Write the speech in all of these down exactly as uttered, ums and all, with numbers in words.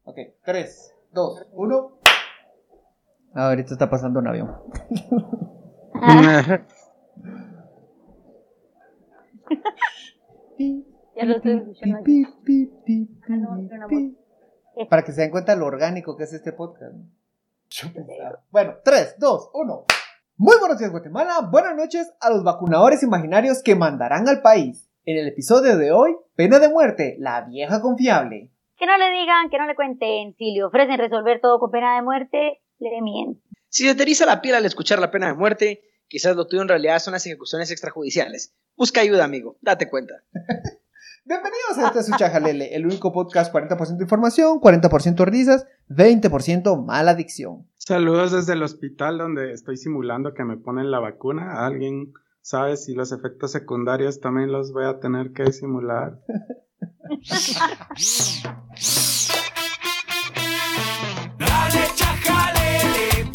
Ok, tres, dos, uno. Ah, ahorita está pasando un avión. Ya lo estoy escuchando aquí. Para que se den cuenta lo orgánico que es este podcast, ¿no? Yo pensaba. Bueno, tres, dos, uno. Muy buenos días, Guatemala. Buenas noches a los vacunadores imaginarios que mandarán al país. En el episodio de hoy, pena de muerte, la vieja confiable. Que no le digan, que no le cuenten. Si le ofrecen resolver todo con pena de muerte, le mienten. Si se te eriza la piel al escuchar la pena de muerte, quizás lo tuyo en realidad son las ejecuciones extrajudiciales. Busca ayuda, amigo. Date cuenta. Bienvenidos a este su Chajalele, el único podcast cuarenta por ciento información, cuarenta por ciento risas, veinte por ciento mala adicción. Saludos desde el hospital donde estoy simulando que me ponen la vacuna. ¿Alguien sabe si los efectos secundarios también los voy a tener que simular? Dale Chajalele,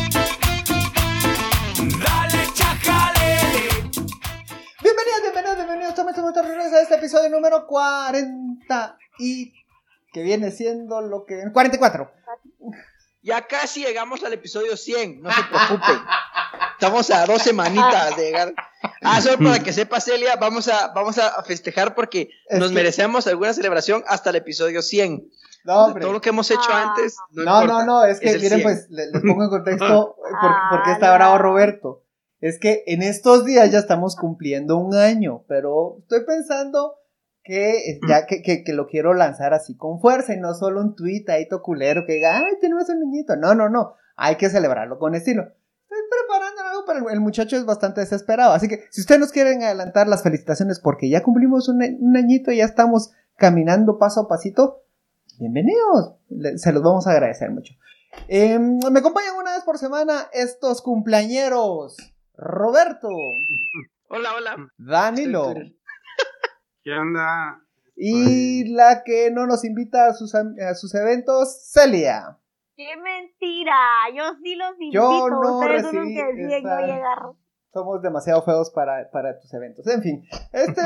dale Chajalele. Bienvenidos, bienvenidos, bienvenidos, tomen, tomen, tomen, a este episodio número cuarenta y que viene siendo lo que... cuarenta y cuatro. Ya casi llegamos al episodio cien, no se preocupen. Estamos a dos semanitas de llegar. Ah, solo para que sepa, Celia, vamos a, vamos a festejar porque es nos que... merecemos alguna celebración hasta el episodio cien. No, hombre. Todo lo que hemos hecho ah. antes no No, importa, no, no, es que es miren, cien. pues, les, les pongo en contexto por, por qué está bravo Roberto. Es que en estos días ya estamos cumpliendo un año, pero estoy pensando que ya que, que, que lo quiero lanzar así con fuerza y no solo un tuit ahí todo culero que diga, ay, tenemos un niñito. No, no, no, hay que celebrarlo con estilo. Estoy preparando algo, pero el muchacho es bastante desesperado. Así que si ustedes nos quieren adelantar las felicitaciones porque ya cumplimos un, un añito y ya estamos caminando paso a pasito, bienvenidos. Se los vamos a agradecer mucho. Eh, me acompañan una vez por semana estos cumpleañeros. Roberto. Hola, hola. Danilo. ¿Qué onda? Y Ay. la que no nos invita a sus, a sus eventos, Celia. ¡Qué mentira! Yo sí los invito. Yo no Ustedes recibí son los que deciden esa... no llegar. Somos demasiado feos para, para tus eventos. En fin, este...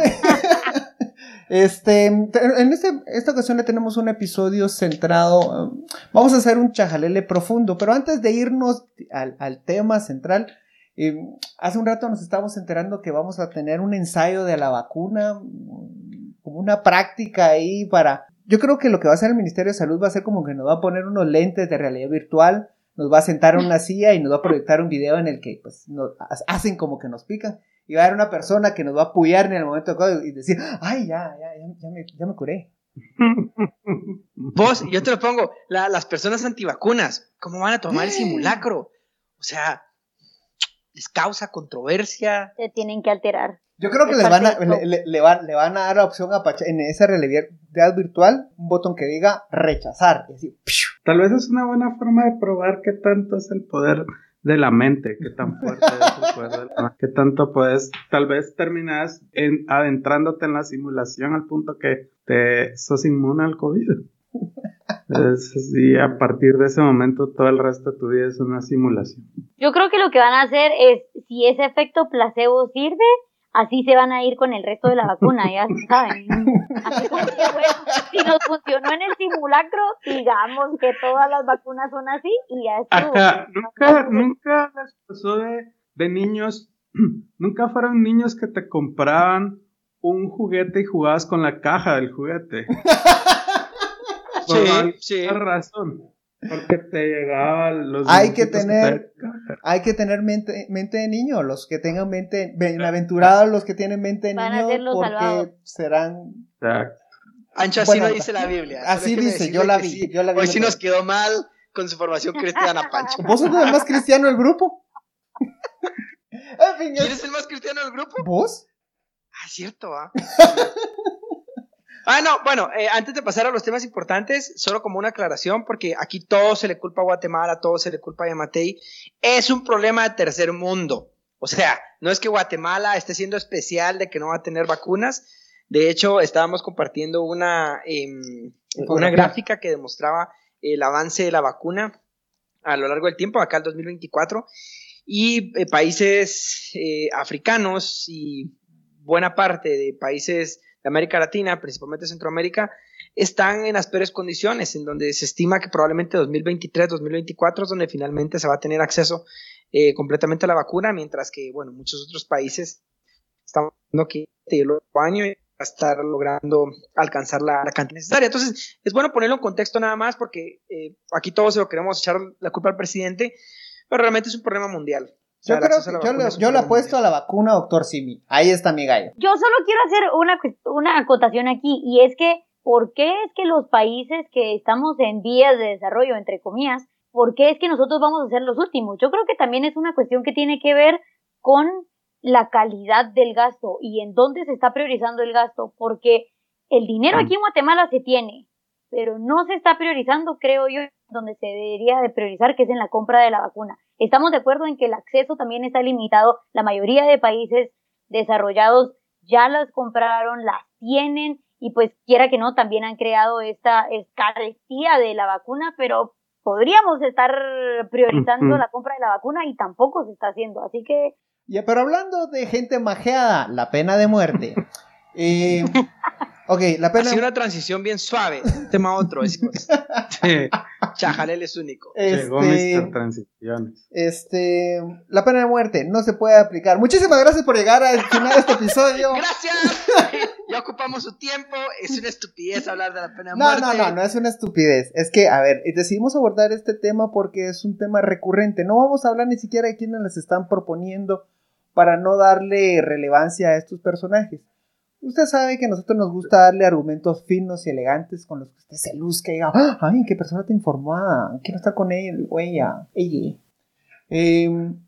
este en este, esta ocasión le tenemos un episodio centrado... Um, vamos a hacer un chajalele profundo, pero antes de irnos al, al tema central... Eh, hace un rato nos estábamos enterando que vamos a tener un ensayo de la vacuna, como una práctica ahí para... Yo creo que lo que va a hacer el Ministerio de Salud va a ser como que nos va a poner unos lentes de realidad virtual, nos va a sentar en una silla y nos va a proyectar un video en el que pues nos hacen como que nos pican y va a haber una persona que nos va a apoyar en el momento de y decir, ay, ya, ya, ya, ya, me, ya me curé. Vos, yo te lo pongo, la, las personas antivacunas, ¿cómo van a tomar el simulacro? O sea... les causa controversia. Se tienen que alterar. Yo creo que les van a, le, le, le, van, le van a dar la opción a Pacha, en esa realidad virtual, un botón que diga rechazar. Y así, tal vez es una buena forma de probar qué tanto es el poder de la mente, qué tan fuerte es el poder de la mente, qué tanto puedes, tal vez terminas en, adentrándote en la simulación al punto que te sos inmune al COVID. Es, y a partir de ese momento todo el resto de tu vida es una simulación. Yo creo que lo que van a hacer es, si ese efecto placebo sirve, así se van a ir con el resto de la vacuna, ya saben. Así como que bueno, si nos funcionó en el simulacro, digamos que todas las vacunas son así y ya estuvo. Ajá, nunca, nunca les pasó de, de niños, nunca fueron niños que te compraban un juguete y jugabas con la caja del juguete. Por sí, sí. razón, porque te llegaban los hay que tener que hay que tener mente, mente de niño, los que tengan mente bienaventurados, los que tienen mente de van niño porque salvados. Serán exacto. Ancho, así bueno, no dice la Biblia. Así dice, yo la vi, sí. yo la vi. Hoy sí nos quedó mal con su formación cristiana, Pancho. ¿Vos sos el más cristiano del grupo? En fin, ¿Quién es el más cristiano del grupo? ¿Vos? Ah, cierto, ¿ah? Ah, no, bueno, eh, antes de pasar a los temas importantes, solo como una aclaración, porque aquí todo se le culpa a Guatemala, todo se le culpa a Yamatei, es un problema de tercer mundo. O sea, no es que Guatemala esté siendo especial de que no va a tener vacunas. De hecho, estábamos compartiendo una, eh, una gráfica que demostraba el avance de la vacuna a lo largo del tiempo, acá el dos mil veinticuatro, y eh, países eh, africanos y buena parte de países de América Latina, principalmente Centroamérica, están en las peores condiciones, en donde se estima que probablemente dos mil veintitrés, dos mil veinticuatro es donde finalmente se va a tener acceso eh, completamente a la vacuna, mientras que, bueno, muchos otros países están viendo que el otro año va a estar logrando alcanzar la, la cantidad necesaria. Entonces, es bueno ponerlo en contexto nada más, porque eh, aquí todos se lo queremos echar la culpa al presidente, pero realmente es un problema mundial. O sea, Yo creo que yo, le, yo le apuesto mundial. a la vacuna, doctor Simi. Ahí está mi gallo. Yo solo quiero hacer una, una acotación aquí, y es que, ¿por qué es que los países que estamos en vías de desarrollo, entre comillas, por qué es que nosotros vamos a ser los últimos? Yo creo que también es una cuestión que tiene que ver con la calidad del gasto y en dónde se está priorizando el gasto, porque el dinero aquí en Guatemala se tiene, pero no se está priorizando, creo yo, donde se debería de priorizar, que es en la compra de la vacuna. Estamos de acuerdo en que el acceso también está limitado. La mayoría de países desarrollados ya las compraron, las tienen, y pues quiera que no, también han creado esta escasez de la vacuna, pero podríamos estar priorizando uh-huh. la compra de la vacuna y tampoco se está haciendo, así que... Ya, pero hablando de gente majeada, la pena de muerte. Eh, ok, la pena... Ha sido una transición bien suave, un tema a otro, decimos. Sí. Chajalel es único. Este, Llegó mister Transiciones. Este, la pena de muerte no se puede aplicar. Muchísimas gracias por llegar al final de este episodio. Gracias. Ya ocupamos su tiempo. Es una estupidez hablar de la pena de no, muerte. No, no, no, no es una estupidez. Es que, a ver, decidimos abordar este tema porque es un tema recurrente. No vamos a hablar ni siquiera de quiénes les están proponiendo para no darle relevancia a estos personajes. Usted sabe que a nosotros nos gusta darle argumentos finos y elegantes con los que usted se luzca y diga, ¡ah! ¡Ay, qué persona tan informada! Quiero estar con él o ella. ella. Eh,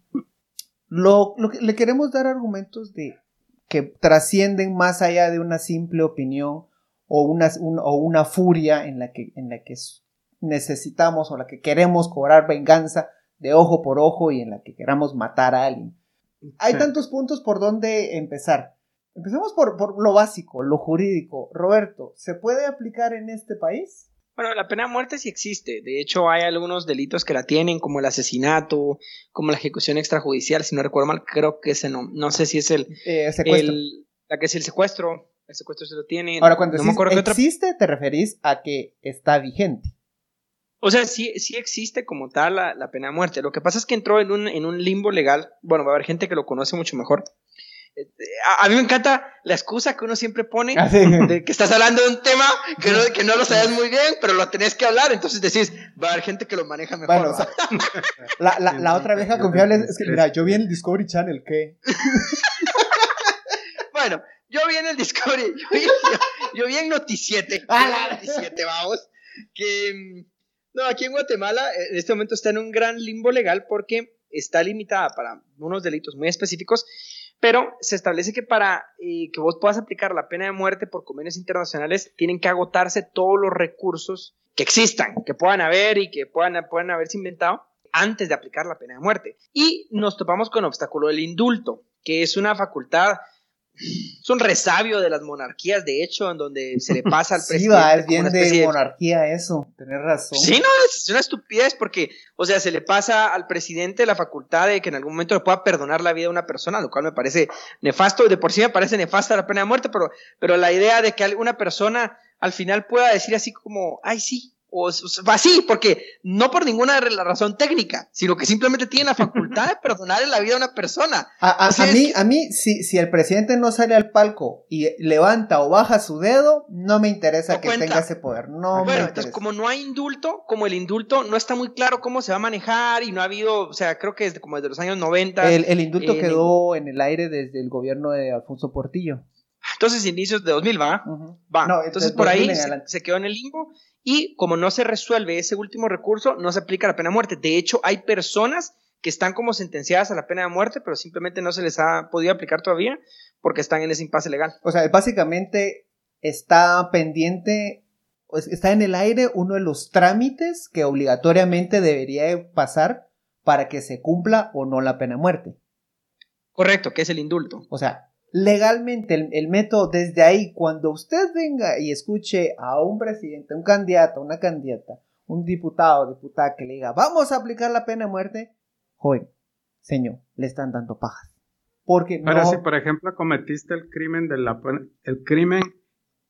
lo, lo que, le queremos dar argumentos de que trascienden más allá de una simple opinión o una, un, o una furia en la, que, en la que necesitamos o la que queremos cobrar venganza de ojo por ojo y en la que queramos matar a alguien. Sí. Hay tantos puntos por donde empezar. Empecemos por, por lo básico, lo jurídico. Roberto, ¿se puede aplicar en este país? Bueno, la pena de muerte sí existe. De hecho, hay algunos delitos que la tienen, como el asesinato, como la ejecución extrajudicial. Si no recuerdo mal, creo que ese no. No sé si es el... Eh, secuestro. El, la que es el secuestro. El secuestro se lo tiene. Ahora, cuando no decís me existe, otra... te referís a que está vigente. O sea, sí, sí existe como tal la, la pena de muerte. Lo que pasa es que entró en un, en un limbo legal. Bueno, va a haber gente que lo conoce mucho mejor. A, a mí me encanta la excusa que uno siempre pone ¿Ah, sí? de que estás hablando de un tema que no, que no lo sabes muy bien, pero lo tenés que hablar, entonces decís, va a haber gente que lo maneja mejor. Bueno, o sea, la, la, la otra vieja confiable es que, mira, yo vi en el Discovery Channel, ¿qué? Bueno, yo vi en el Discovery, yo vi, yo, yo vi en Noticiete, ah, Noticiete, vamos, que no, aquí en Guatemala en este momento está en un gran limbo legal porque está limitada para unos delitos muy específicos. Pero se establece que para eh, que vos puedas aplicar la pena de muerte por convenios internacionales tienen que agotarse todos los recursos que existan, que puedan haber y que puedan, puedan haberse inventado antes de aplicar la pena de muerte. Y nos topamos con el obstáculo del indulto, que es una facultad, es un resabio de las monarquías, de hecho, en donde se le pasa al sí, presidente. Sí, va, es bien de, de monarquía eso, tenés razón. Sí, no, es una estupidez porque, o sea, se le pasa al presidente la facultad de que en algún momento le pueda perdonar la vida a una persona, lo cual me parece nefasto, de por sí me parece nefasta la pena de muerte, pero, pero la idea de que una persona al final pueda decir así como, ay, sí, o, o así, porque no por ninguna razón técnica, sino que simplemente tiene la facultad de perdonar la vida a una persona. A, a, o sea, a mí, es que... a mí si, si el presidente no sale al palco y levanta o baja su dedo, no me interesa no que cuenta. tenga ese poder. No bueno, me entonces interesa. como no hay indulto, como el indulto no está muy claro cómo se va a manejar y no ha habido, o sea, creo que desde como desde los años noventa. El, el indulto eh, quedó en el aire desde el gobierno de Alfonso Portillo. Entonces, inicios de dos mil, ¿va? Uh-huh. Va. No, entonces, de por ahí en se, se quedó en el limbo y como no se resuelve ese último recurso, no se aplica la pena de muerte. De hecho, hay personas que están como sentenciadas a la pena de muerte, pero simplemente no se les ha podido aplicar todavía porque están en ese impasse legal. O sea, básicamente está pendiente, pues, está en el aire uno de los trámites que obligatoriamente debería pasar para que se cumpla o no la pena de muerte. Correcto, que es el indulto. O sea, legalmente el, el método desde ahí, cuando usted venga y escuche a un presidente, un candidato, una candidata, un diputado o diputada que le diga, vamos a aplicar la pena de muerte, joven, señor, le están dando pajas. Porque Pero no... si, por ejemplo, cometiste el crimen de la el crimen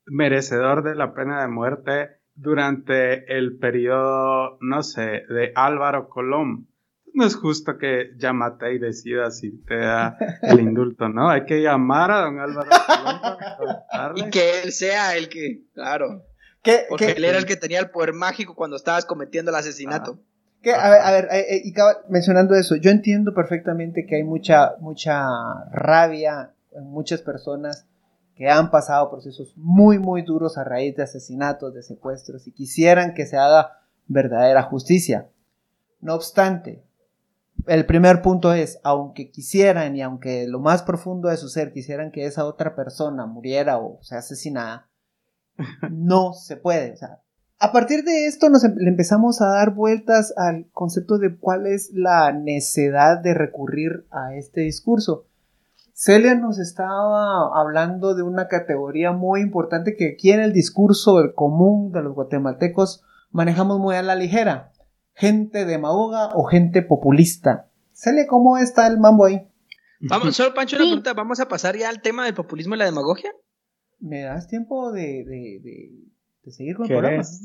merecedor de la pena de muerte durante el periodo, no sé, de Álvaro Colón. No es justo que Yamatei decida si te da el indulto, ¿no? Hay que llamar a don Álvaro Colón para darle. Y que él sea el que, claro. ¿Qué, Porque qué, él era el que tenía el poder mágico cuando estabas cometiendo el asesinato. qué? A ver, a ver, eh, eh, y caba- mencionando eso, yo entiendo perfectamente que hay mucha, mucha rabia en muchas personas que han pasado procesos muy, muy duros a raíz de asesinatos, de secuestros, y quisieran que se haga verdadera justicia. No obstante, el primer punto es, aunque quisieran y aunque lo más profundo de su ser quisieran que esa otra persona muriera o sea asesinada, no se puede. O sea, a partir de esto nos em- le empezamos a dar vueltas al concepto de cuál es la necedad de recurrir a este discurso. Celia nos estaba hablando de una categoría muy importante que aquí en el discurso del común de los guatemaltecos manejamos muy a la ligera. Gente demagoga o gente populista. Celia, ¿cómo está el mambo ahí? Vamos, solo Pancho, una Sí. pregunta. ¿Vamos a pasar ya al tema del populismo y la demagogia? ¿Me das tiempo de, de, de, de seguir con el programa? ¿Querés?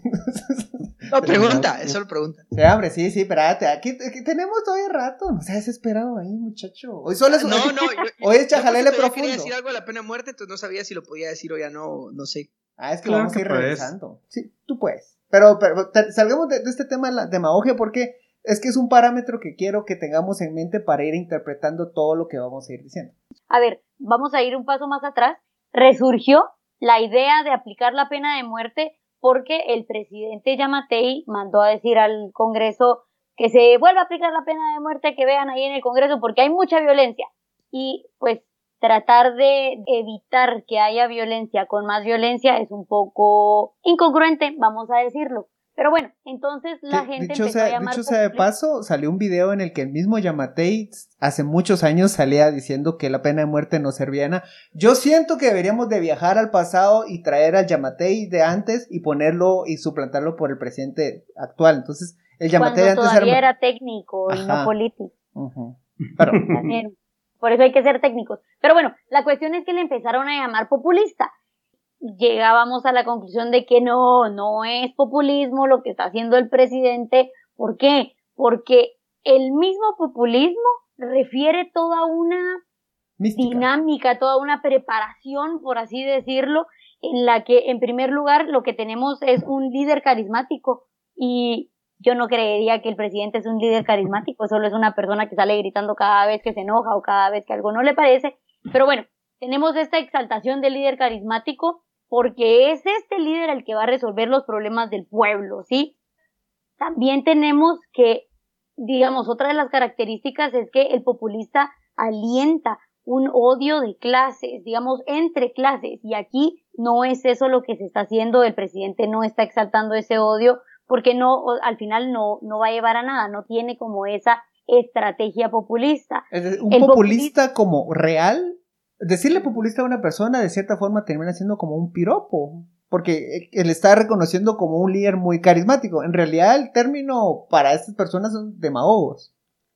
No, pregunta, es solo pregunta. Sí, hombre, sí, sí, espérate. Aquí, aquí tenemos todavía rato. No seas desesperado ahí, muchacho. Hoy solo es, No, no, yo, hoy es yo chajalele porque todavía profundo. quería decir algo de la pena de muerte, entonces no sabía si lo podía decir o ya no, no sé. Ah, es que Claro vamos a ir que puedes. revisando. Sí, tú puedes. Pero, pero te- salgamos de, de este tema de la demagogia porque es que es un parámetro que quiero que tengamos en mente para ir interpretando todo lo que vamos a ir diciendo. A ver, vamos a ir un paso más atrás. Resurgió la idea de aplicar la pena de muerte porque el presidente Yamatei mandó a decir al Congreso que se vuelva a aplicar la pena de muerte, que vean ahí en el Congreso, porque hay mucha violencia. Y pues tratar de evitar que haya violencia con más violencia es un poco incongruente, vamos a decirlo. Pero bueno, entonces la Que, gente dicho empezó a sea, llamar dicho sea de populismo. paso, salió un video en el que el mismo Yamatei hace muchos años salía diciendo que la pena de muerte no servía de nada. Yo siento que deberíamos de viajar al pasado y traer al Yamatei de antes y ponerlo y suplantarlo por el presidente actual. Entonces, el Yamatei Cuando antes todavía era... era técnico y no Ajá. político. Ujú. Pero, También. Por eso hay que ser técnicos. Pero bueno, la cuestión es que le empezaron a llamar populista. Llegábamos a la conclusión de que no, no es populismo lo que está haciendo el presidente. ¿Por qué? Porque el mismo populismo refiere toda una mística. dinámica, toda una preparación, por así decirlo, en la que en primer lugar lo que tenemos es un líder carismático y yo no creería que el presidente es un líder carismático, solo es una persona que sale gritando cada vez que se enoja o cada vez que algo no le parece, pero bueno, tenemos esta exaltación del líder carismático porque es este líder el que va a resolver los problemas del pueblo, ¿sí? También tenemos que, digamos, otra de las características es que el populista alienta un odio de clases, digamos, entre clases, y aquí no es eso lo que se está haciendo, el presidente no está exaltando ese odio, porque no, al final no, no va a llevar a nada, no tiene como esa estrategia populista. Es decir, un El populista como real, decirle populista a una persona de cierta forma termina siendo como un piropo, porque él está reconociendo como un líder muy carismático. En realidad el término para estas personas son demagogos.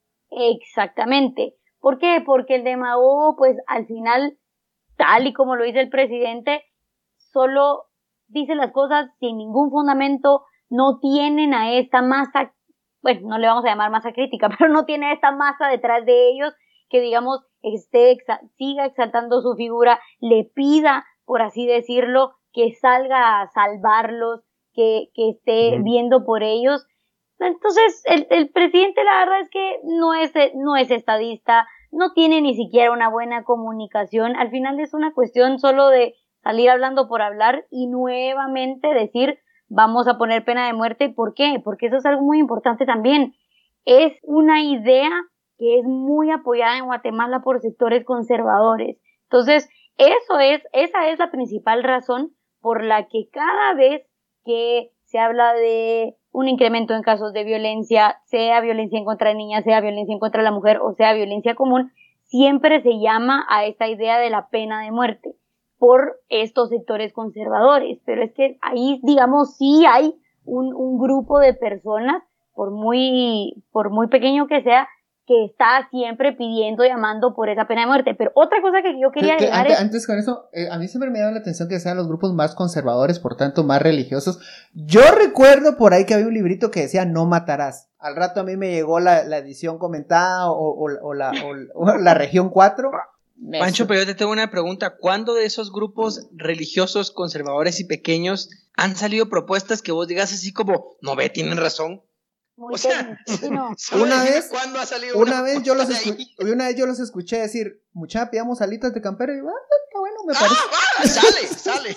Exactamente. ¿Por qué? Porque el demagogo, pues al final, tal y como lo dice el presidente, solo dice las cosas sin ningún fundamento, no tienen a esta masa, bueno, no le vamos a llamar masa crítica, pero no tiene a esta masa detrás de ellos que, digamos, esté exa- siga exaltando su figura, le pida, por así decirlo, que salga a salvarlos, que, que esté Ujú. viendo por ellos. Entonces, el, el presidente, la verdad es que no es, no es estadista, no tiene ni siquiera una buena comunicación. Al final es una cuestión solo de salir hablando por hablar y nuevamente decir, vamos a poner pena de muerte. ¿Por qué? Porque eso es algo muy importante también. Es una idea que es muy apoyada en Guatemala por sectores conservadores. Entonces, eso es, esa es la principal razón por la que cada vez que se habla de un incremento en casos de violencia, sea violencia en contra de niñas, sea violencia en contra de la mujer o sea violencia común, siempre se llama a esta idea de la pena de muerte por estos sectores conservadores. Pero es que ahí, digamos, sí hay un, un grupo de personas, por muy, por muy pequeño que sea, que está siempre pidiendo, llamando por esa pena de muerte. Pero otra cosa que yo quería Que- que agregar antes, es... antes con eso, eh, a mí siempre me llama la atención que sean los grupos más conservadores, por tanto más religiosos. Yo recuerdo por ahí que había un librito que decía no matarás. Al rato a mí me llegó la, la edición comentada o, o, o la, o, o la región cuatro. Me- Pancho, pero yo te tengo una pregunta. ¿Cuándo de esos grupos religiosos, conservadores y pequeños han salido propuestas que vos digas así como, no ve, tienen razón? Muy O sea, tecniquino. solo Una decime vez- ¿cuándo ha salido Una vez yo los propuesta de escu- ahí? una vez yo los escuché decir, mucha, pidamos alitas de campero, y yo, ah, está bueno, me Ah, parece. va, sale, sale.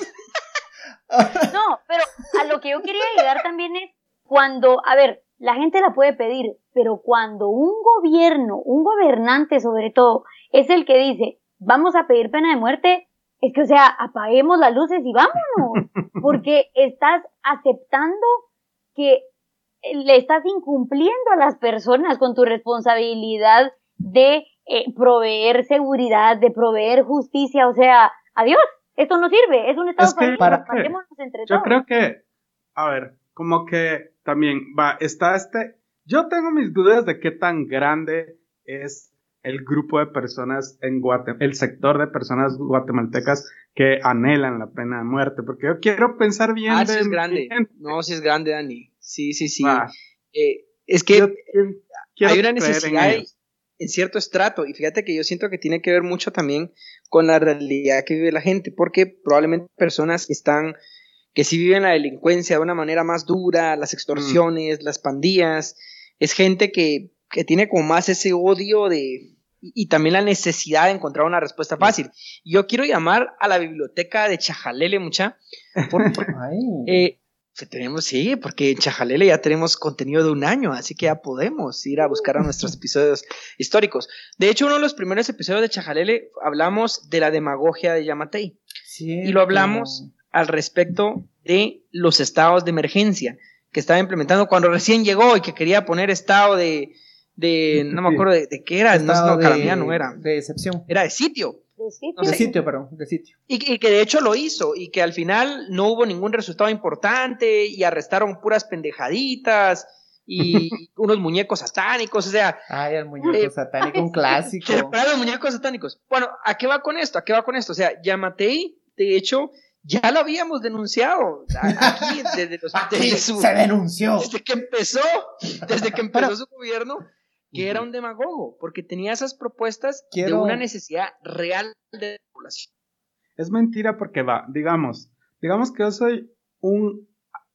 No, pero a lo que yo quería llegar también es cuando, a ver, la gente la puede pedir, pero cuando un gobierno, un gobernante sobre todo, es el que dice, vamos a pedir pena de muerte, es que, o sea, apaguemos las luces y vámonos, porque estás aceptando que le estás incumpliendo a las personas con tu responsabilidad de eh, proveer seguridad, de proveer justicia, o sea, adiós, esto no sirve, es un estado Es que, fallido, ¿para qué? matémonos entre Yo todos. creo que, a ver, como que también va, está este, yo tengo mis dudas de qué tan grande es el grupo de personas en Guatemala, el sector de personas guatemaltecas que anhelan la pena de muerte, porque yo quiero pensar bien Ah, de sí es mi grande. gente. No, sí es grande, Dani. Sí, sí, sí. Va, Eh, es que yo quiero- quiero hay una creer en necesidad en, ellos. en cierto estrato, y fíjate que yo siento que tiene que ver mucho también con la realidad que vive la gente, porque probablemente personas que están, que sí viven la delincuencia de una manera más dura, las extorsiones, las pandillas, es gente que, que tiene como más ese odio de, y, y también la necesidad de encontrar una respuesta fácil. Yo quiero llamar a la biblioteca de Chajalele, mucha, por, por- Ay. eh, que tenemos, sí, porque en Chajalele ya tenemos contenido de un año, así que ya podemos ir a buscar a nuestros episodios históricos. De hecho, uno de los primeros episodios de Chajalele hablamos de la demagogia de Yamatei y lo hablamos al respecto de los estados de emergencia que estaba implementando cuando recién llegó y que quería poner estado de, de no me acuerdo de, de qué era, no, Estado no, de, calamidad no era, de excepción. era de sitio. De sitio. No De sé. sitio, perdón, de sitio. Y, y que de hecho lo hizo, y que al final no hubo ningún resultado importante, y arrestaron puras pendejaditas, y, y unos muñecos satánicos, o sea, Ay, el muñeco Eh, satánico, un clásico. se repararon los muñecos satánicos. Bueno, ¿a qué va con esto? ¿A qué va con esto? O sea, Yamatei, de hecho, ya lo habíamos denunciado a- aquí desde, los, Aquí desde su- se denunció. desde que empezó, desde que empezó su gobierno, que era un demagogo, porque tenía esas propuestas de Quiero- una necesidad real de la población. Es mentira porque va, digamos, digamos que yo soy un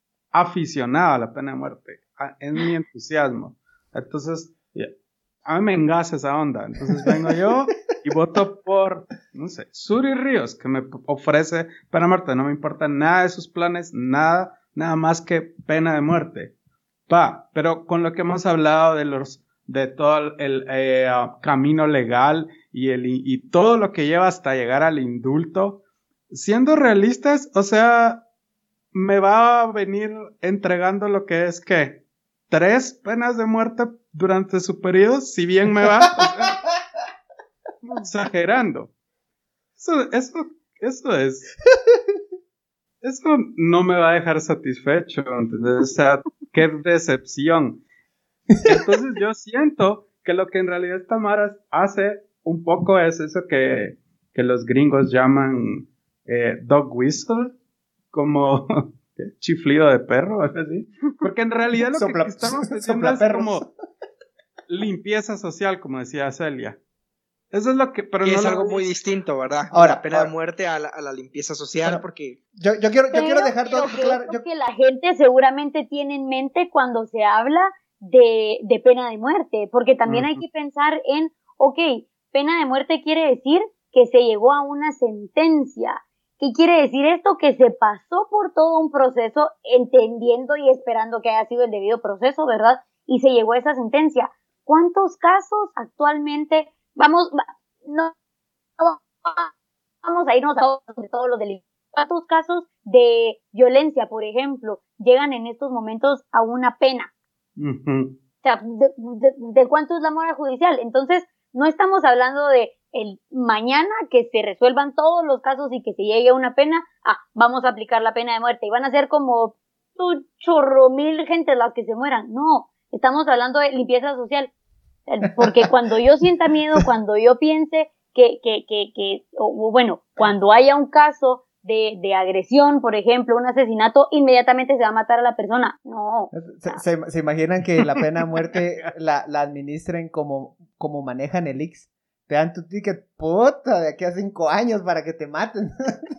aficionado a la pena de muerte, a- es mi entusiasmo. Entonces, ya, a mí me engasa esa onda. Entonces vengo yo y voto por, no sé, Suri Ríos, que me p- ofrece pena de muerte. No me importa nada de sus planes, nada, nada más que pena de muerte. Va, pero con lo que hemos hablado de los, de todo el, el, eh, ah, camino legal y el, y, y todo lo que lleva hasta llegar al indulto, siendo realistas, o sea, me va a venir entregando lo que es que tres penas de muerte durante su periodo, si bien me va, o sea, exagerando. Eso, eso, eso es, eso no me va a dejar satisfecho, ¿entendés? O sea, qué decepción. Entonces yo siento que lo que en realidad Tamara hace un poco es eso que, que los gringos llaman eh, dog whistle, como ¿qué? Chiflido de perro, algo así. Porque en realidad lo Sopla- que estamos haciendo es soplaperros. como limpieza social, como decía Celia. Eso es lo que, pero Que no es lo algo ves. muy distinto, ¿verdad? Ahora, la pena ahora. de muerte a la, a la limpieza social, Bueno, porque Yo, yo quiero, yo Pero- quiero dejar pero todo que claro. es Yo, lo que la gente seguramente tiene en mente cuando se habla de, de pena de muerte, porque también hay Ujú. que pensar en, ok, pena de muerte quiere decir que se llegó a una sentencia. ¿Qué quiere decir esto? Que se pasó por todo un proceso, entendiendo y esperando que haya sido el debido proceso, ¿verdad? Y se llegó a esa sentencia. ¿Cuántos casos actualmente, vamos, va- no, no vamos a irnos a todos, de todos los delitos? ¿Cuántos casos de violencia, por ejemplo, llegan en estos momentos a una pena? Ujú. O sea, ¿de, de, de cuánto es la mora judicial? Entonces, no estamos hablando de el mañana que se resuelvan todos los casos y que se llegue a una pena, ah, vamos a aplicar la pena de muerte y van a ser como un chorro mil gentes las que se mueran. No, estamos hablando de limpieza social. Porque cuando yo sienta miedo, cuando yo piense que, que, que, que o, bueno, cuando haya un caso de, de agresión, por ejemplo, un asesinato, inmediatamente se va a matar a la persona. No. Se, se, se imaginan que la pena de muerte la, la administren como, como manejan el I X. Te dan tu ticket, puta, de aquí a cinco años para que te maten.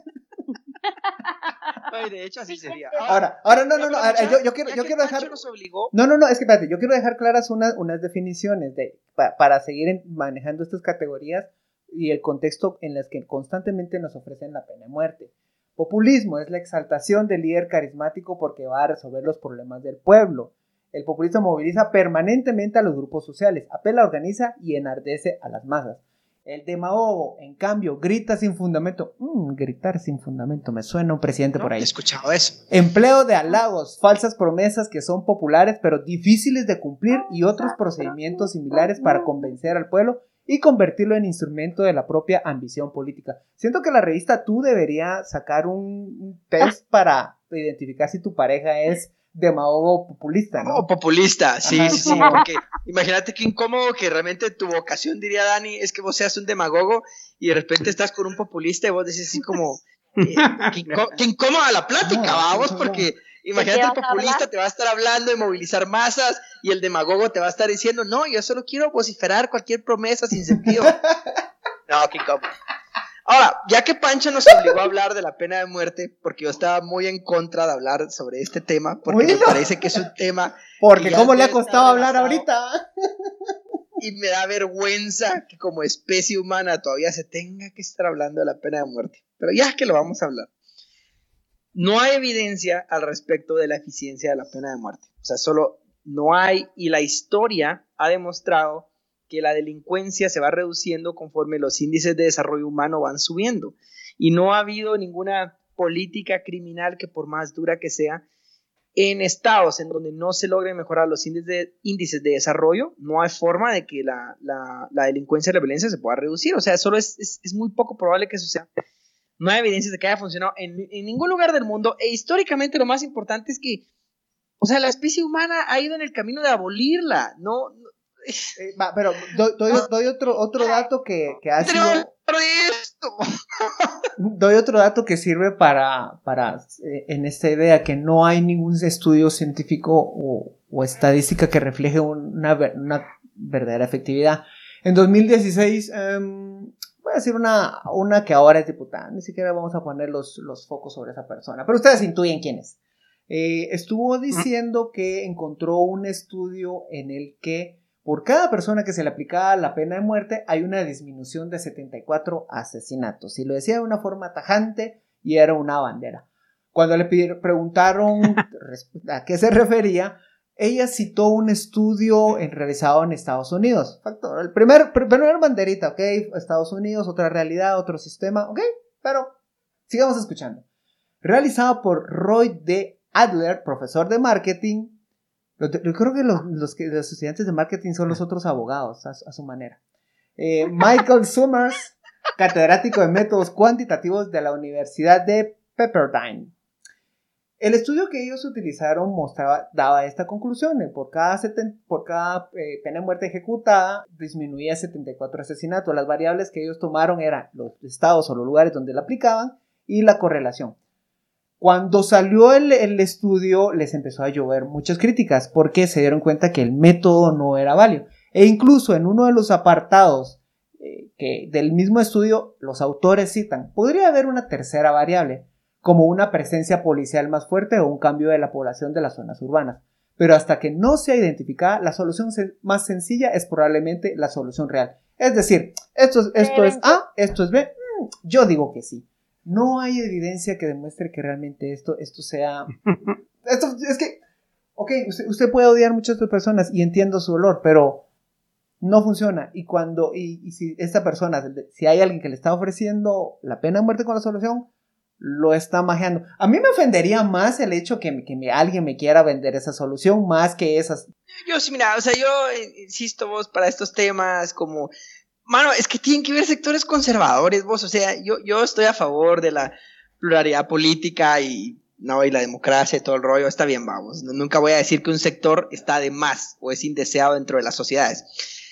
Ay, de hecho, así sería. Ahora, ahora no, no, no, ahora, yo, yo quiero, yo quiero dejar... No, no, no, es que espérate, yo quiero dejar claras unas, unas definiciones de, pa, para seguir en, manejando estas categorías y el contexto en las que constantemente nos ofrecen la pena de muerte. Populismo es la exaltación del líder carismático porque va a resolver los problemas del pueblo. El populismo moviliza permanentemente a los grupos sociales, apela, organiza y enardece a las masas. El demagogo, en cambio, grita sin fundamento. Mm, gritar sin fundamento, me suena un presidente no, por ahí. He escuchado eso. Empleo de halagos, falsas promesas que son populares pero difíciles de cumplir y otros procedimientos similares para convencer al pueblo y convertirlo en instrumento de la propia ambición política. Siento que la revista Tú debería sacar un test para identificar si tu pareja es demagogo populista, ¿no? O populista, sí, Ajá, sí, sí, porque imagínate qué incómodo que realmente tu vocación, diría Dani, es que vos seas un demagogo y de repente estás con un populista y vos decís así como, eh, qué, incó- qué incómoda la plática, No, vamos, no, porque ¿De imagínate qué el vas a populista hablar? te va a estar hablando de movilizar masas y el demagogo te va a estar diciendo, no, yo solo quiero vociferar cualquier promesa sin sentido. No, qué incómodo. Ahora, ya que Pancho nos obligó a hablar de la pena de muerte, porque yo estaba muy en contra de hablar sobre este tema, porque Oílo. me parece que es un tema Porque que ya cómo le ha debe costado estar hablar rebasado, ahorita. y me da vergüenza que como especie humana todavía se tenga que estar hablando de la pena de muerte. Pero ya es que lo vamos a hablar. No hay evidencia al respecto de la eficiencia de la pena de muerte. O sea, solo no hay, y la historia ha demostrado que la delincuencia se va reduciendo conforme los índices de desarrollo humano van subiendo. Y no ha habido ninguna política criminal que, por más dura que sea, en estados en donde no se logren mejorar los índices de, índices de desarrollo, no hay forma de que la, la, la delincuencia y la violencia se pueda reducir. O sea, solo es, es, es muy poco probable que eso sea. No hay evidencias de que haya funcionado en, en ningún lugar del mundo. E históricamente lo más importante es que, o sea, la especie humana ha ido en el camino de abolirla. No, no Eh, va, pero doy, doy, doy otro, otro dato que, que ha sido... Doy otro dato que sirve para, para eh, en esta idea que no hay ningún estudio científico o, o estadística que refleje una, una verdadera efectividad. En dos mil dieciséis, eh, voy a decir una, una que ahora es diputada, ni siquiera vamos a poner los, los focos sobre esa persona, pero ustedes intuyen quién es. Eh, estuvo diciendo que encontró un estudio en el que por cada persona que se le aplicaba la pena de muerte hay una disminución de setenta y cuatro asesinatos. Y lo decía de una forma tajante y era una bandera. Cuando le pidieron, preguntaron a qué se refería, ella citó un estudio en, realizado en Estados Unidos. Factor, el primer, primer banderita, ok, Estados Unidos, otra realidad, otro sistema, ok, pero sigamos escuchando. Realizado por Roy D. Adler, profesor de marketing. Yo creo que los, los, los estudiantes de marketing son los otros abogados, a, a su manera. Eh, Michael Summers, catedrático de métodos cuantitativos de la Universidad de Pepperdine. El estudio que ellos utilizaron mostraba, daba esta conclusión. Por cada, seten, por cada eh, pena de muerte ejecutada, disminuía setenta y cuatro asesinatos. Las variables que ellos tomaron eran los estados o los lugares donde la aplicaban y la correlación. Cuando salió el, el estudio, les empezó a llover muchas críticas porque se dieron cuenta que el método no era válido. E incluso en uno de los apartados eh, que del mismo estudio, los autores citan, podría haber una tercera variable, como una presencia policial más fuerte o un cambio de la población de las zonas urbanas. Pero hasta que no sea identificada, la solución se- más sencilla es probablemente la solución real. Es decir, esto, es- esto es A, esto es B, mm, yo digo que sí. No hay evidencia que demuestre que realmente esto, esto sea... Esto es que, ok, usted, usted puede odiar muchas otras personas y entiendo su dolor, pero no funciona. Y cuando, y, y si esta persona, si hay alguien que le está ofreciendo la pena de muerte con la solución, lo está majeando. A mí me ofendería más el hecho que, que me, alguien me quiera vender esa solución más que esas. Yo sí, mira, o sea, yo eh, insisto vos para estos temas como... Mano, es que tienen que ver sectores conservadores, vos, o sea, yo, yo estoy a favor de la pluralidad política y, no, y la democracia y todo el rollo, está bien, vamos, no, nunca voy a decir que un sector está de más o es indeseado dentro de las sociedades,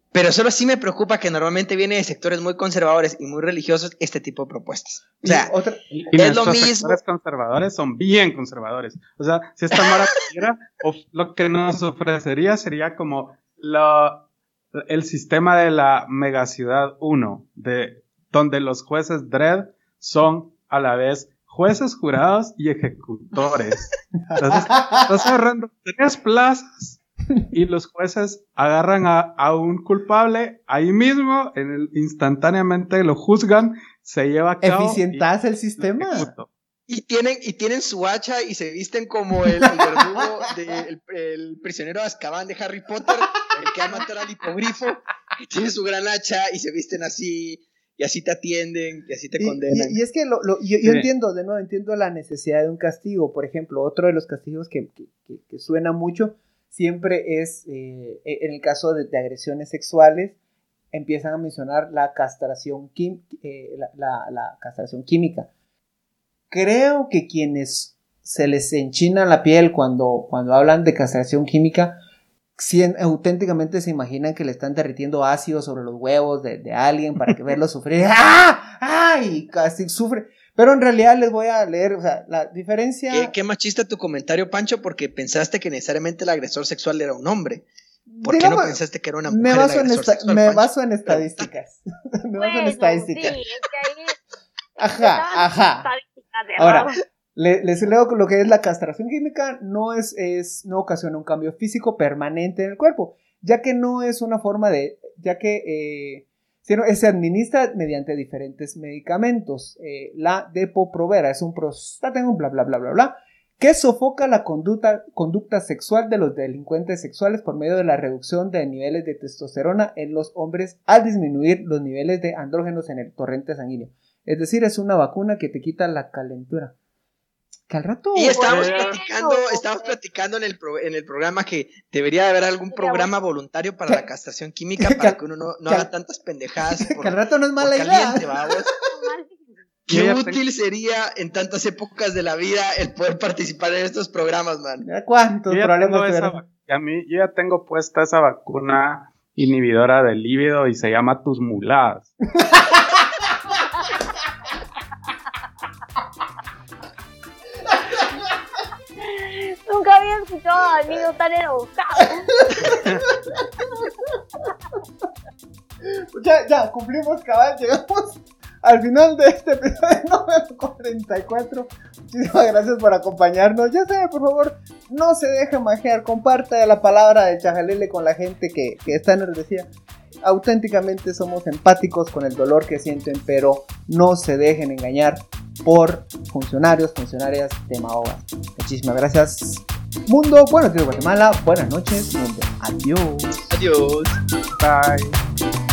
Pero solo sí me preocupa que normalmente viene de sectores muy conservadores y muy religiosos este tipo de propuestas. O sea, y otra, Y, y es lo nuestros mismo. sectores conservadores son bien conservadores. O sea, si esta Mara pudiera, of- lo que nos ofrecería sería como la, el sistema de la megaciudad uno, de, donde los jueces Dredd son a la vez jueces, jurados y ejecutores. Entonces, estás agarrando tres plazas y los jueces agarran a, a un culpable ahí mismo, en el, instantáneamente lo juzgan, se lleva a cabo. eficientas y el lo sistema. ejecuto. Y tienen, y tienen su hacha y se visten como el, el verdugo del el prisionero de Azkaban de Harry Potter, el que va a matar al hipogrifo, que tiene su gran hacha y se visten así, y así te atienden, y así te Y, condenan. y- y es que lo, lo- yo, yo Sí. entiendo, de nuevo, entiendo la necesidad de un castigo. Por ejemplo, otro de los castigos que, que, que- que suena mucho siempre es, eh, en el caso de, de agresiones sexuales, empiezan a mencionar la castración, quim- eh, la, la- la castración química. Creo que quienes se les enchina la piel cuando, cuando hablan de castración química, si en- auténticamente se imaginan que le están derritiendo ácido sobre los huevos de, de alguien para que verlo sufrir. ¡Ah! ¡Ah! Y casi sufre. Pero en realidad les voy a leer, o sea, la diferencia... ¿Qué, qué machista tu comentario, Pancho, porque pensaste que necesariamente el agresor sexual era un hombre. ¿Por qué no digamos, pensaste que era una mujer me el baso, en, agresor esta- sexual, me Pancho? baso en estadísticas. me baso en Bueno, estadísticas. sí, es que ahí Ajá, estaban ajá. estadísticas de Ahora, error. le- les leo lo que es la castración química. No es, es, no ocasiona un cambio físico permanente en el cuerpo, ya que no es una forma de, ya que eh, sino, se administra mediante diferentes medicamentos. Eh, la Depo-Provera es un prostágeno, bla, bla, bla, bla, bla, que sofoca la conducta, conducta sexual de los delincuentes sexuales por medio de la reducción de niveles de testosterona en los hombres al disminuir los niveles de andrógenos en el torrente sanguíneo. Es decir, es una vacuna que te quita la calentura. Que al rato... Y estábamos Bueno. platicando, estábamos platicando en el, pro- en el programa que debería haber algún programa voluntario para Que- la castración química que- para que uno no, no que- haga tantas pendejadas por, que al rato no es por mala idea. caliente, vamos. Qué Yo ya útil sería en tantas épocas de la vida el poder participar en estos programas, man. Mira cuántos Yo ya, problemas tengo esa, tuvieron. va- a mí, yo ya tengo puesta esa vacuna inhibidora del líbido y se llama tus muladas. Nunca había escuchado al niño tan enojado. Ya, ya, cumplimos cabal, llegamos al final de este episodio número cuarenta y cuatro. Muchísimas gracias por acompañarnos. Ya saben, por favor, no se dejen majear. Comparta la palabra de Chajalele con la gente que, que está enardecida. Auténticamente somos empáticos con el dolor que sienten, pero no se dejen engañar por funcionarios, funcionarias demagogas. Muchísimas gracias, mundo. Buenos días, Guatemala. Buenas noches, mundo. Adiós. Adiós. Bye.